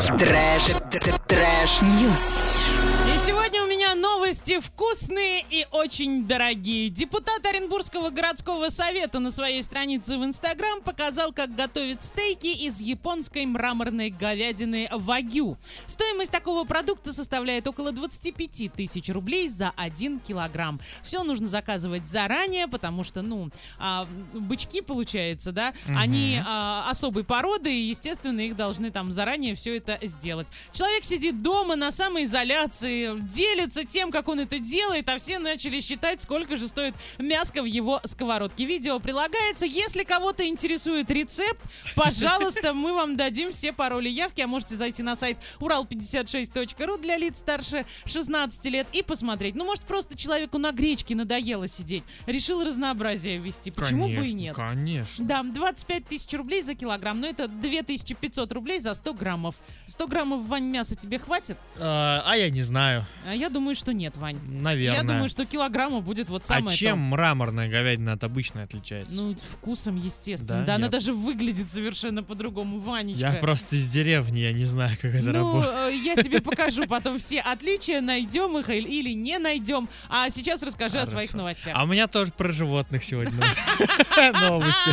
Трэш-ньюс. И сегодня у меня новости вкусные и очень дорогие. Депутат Оренбургского городского совета на своей странице в Инстаграм показал, как готовит стейки из японской мраморной говядины вагю. Стоимость такого продукта составляет около 25 тысяч рублей за 1 килограмм. Все нужно заказывать заранее, потому что, бычки, получается, да, они особой породы, и, естественно, их должны там заранее все это сделать. Человек сидит дома на самоизоляции, делится тем, как он это делает, а все начали считать, сколько же стоит мяско в его сковородке. Видео прилагается. Если кого-то интересует рецепт, пожалуйста, мы вам дадим все пароли явки, а можете зайти на сайт урал56.ру для лиц старше 16 лет и посмотреть. Может, просто человеку на гречке надоело сидеть, решил разнообразие ввести. Почему бы и нет? Конечно. Да, 25 тысяч рублей за килограмм, но это 2500 рублей за 100 граммов. 100 граммов, Вань, мяса тебе хватит? Я не знаю. А я думаю, что нет, Вань. Наверное. Я думаю, что килограмма будет вот самое чем то. мраморная говядина от обычной отличается? Вкусом, естественно. Да, Да, она нет. даже выглядит совершенно по-другому, Ванечка. Я просто из деревни, я не знаю, как это работает. Я тебе покажу потом все отличия, найдем их или не найдем. А сейчас расскажи о своих новостях. А у меня тоже про животных сегодня новости.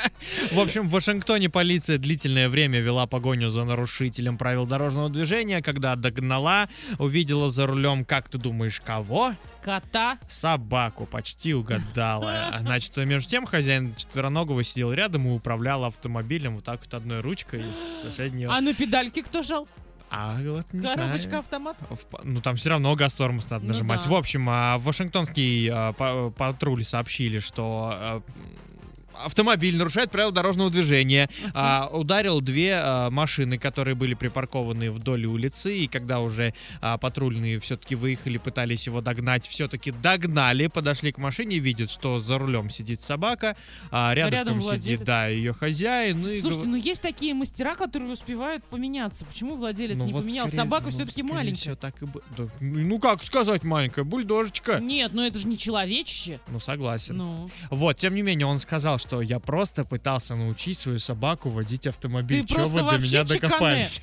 В общем, в Вашингтоне полиция длительное время вела погоню за нарушителем правил дорожного движения. Когда догнала, увидела за рулем, как ты думаешь, кого? Кота. Собаку, почти угадала. Значит, между тем хозяин четвероногого сидел рядом и управлял автомобилем вот так вот одной ручкой из соседнего. А на педальки кто жал? Вот не Коробочка знаю. автомат? Там все равно газ-тормоз надо нажимать. Да. В общем, Вашингтонский патруль сообщили, что автомобиль нарушает правила дорожного движения, ударил две машины, которые были припаркованы вдоль улицы, и когда уже патрульные все-таки выехали, пытались его догнать, все-таки догнали, подошли к машине, видят, что за рулем сидит собака, рядом сидит, ее хозяин. Слушайте, есть такие мастера, которые успевают поменяться. Почему владелец не поменял? Собака все-таки маленькая. Так и как сказать маленькая? Бульдожечка. Нет, это же не человечище. Согласен. Вот, тем не менее, он сказал, что я просто пытался научить свою собаку водить автомобиль. Ты Чего вы до меня докопались?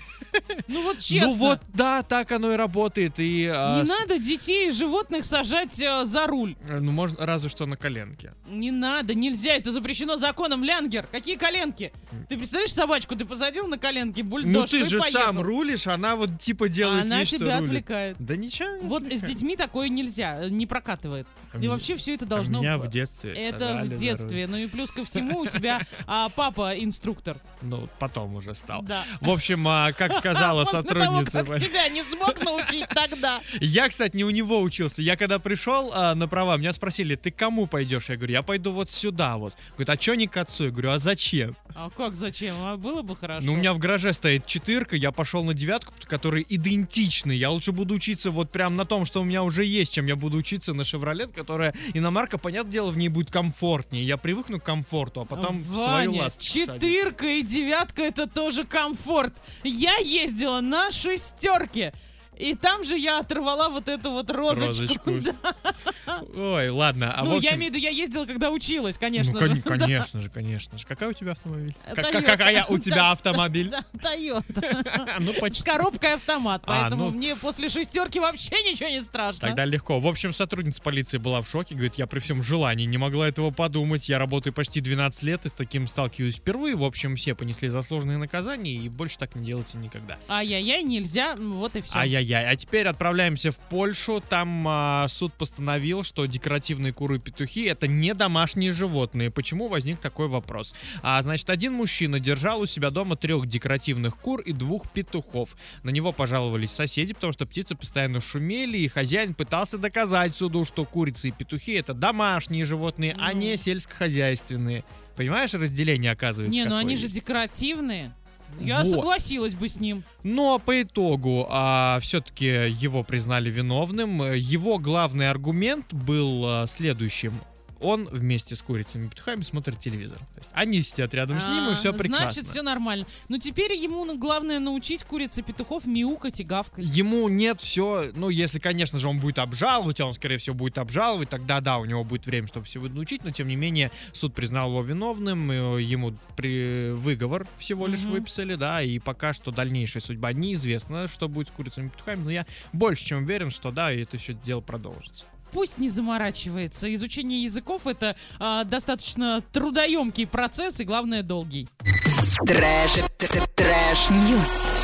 Честно. Да, так оно и работает. Не надо детей и животных сажать за руль. Можно разве что на коленке. Не надо, нельзя, это запрещено законом, Лянгер. Какие коленки? Ты представляешь, собачку ты посадил на коленки, бульдожку и ты же поехал. сам рулишь, она вот делает она вид, что тебя рулит. отвлекает. Да ничего не отвлекает. С детьми такое нельзя, не прокатывает. И вообще все это должно... Меня в детстве Это в детстве. И плюс ко всему у тебя папа инструктор. Потом уже стал. Да. В общем, как сказала сотрудница... После того, как тебя не смог научить тогда. Я, кстати, не у него учился. Я когда пришел на права, меня спросили, ты к кому пойдешь? Я говорю, я пойду вот сюда вот. Говорит, а что не к отцу? Я говорю, а зачем? А как зачем? Было бы хорошо. У меня в гараже стоит 4, я пошел на 9, которые идентичны. Я лучше буду учиться вот прям на том, что у меня уже есть, чем я буду учиться на Chevrolet, которая иномарка, понятное дело, в ней будет комфортнее. Я привыкну к комфорту, а потом в свою ласточку 4 и 9 это тоже комфорт. Я ездила на 6. И там же я оторвала вот эту вот розочку. Да. Ой, ладно. Я имею в виду, я ездила, когда училась, конечно же. Конечно же. Какой у тебя автомобиль? Toyota. Какая у тебя автомобиль? Toyota. С коробкой автомат, поэтому мне после 6 вообще ничего не страшно. Тогда легко. В общем, сотрудница полиции была в шоке. Говорит, я при всем желании не могла этого подумать. Я работаю почти 12 лет и с таким сталкиваюсь впервые. В общем, все понесли заслуженные наказания и больше так не делайте никогда. Ай-яй-яй, нельзя, вот и все. Ай-яй-яй. А теперь отправляемся в Польшу. Там суд постановил, что декоративные куры и петухи — это не домашние животные. Почему возник такой вопрос? Значит, один мужчина держал у себя дома 3 декоративных кур и 2 петухов. На него пожаловались соседи, потому что птицы постоянно шумели, и хозяин пытался доказать суду, что курицы и петухи — это домашние животные, а не сельскохозяйственные. Понимаешь, разделение оказывается? Не, они же декоративные. Я согласилась бы с ним. Но по итогу все-таки его признали виновным. Его главный аргумент был следующим. он вместе с курицами и петухами смотрит телевизор. То есть они сидят рядом с ним, и все прекрасно. Значит, все нормально. Но теперь ему главное научить куриц и петухов мяукать и гавкать. Ему нет все, ну, если, конечно же, он будет обжаловать, а он, скорее всего, будет обжаловать, тогда, да, у него будет время, чтобы всего научить, но, тем не менее, суд признал его виновным, ему выговор всего лишь выписали, да, и пока что дальнейшая судьба неизвестна, что будет с курицами и петухами, но я больше чем уверен, что, да, и это все дело продолжится. Пусть не заморачивается. Изучение языков — это достаточно трудоемкий процесс и, главное, долгий. Трэш-ньюс.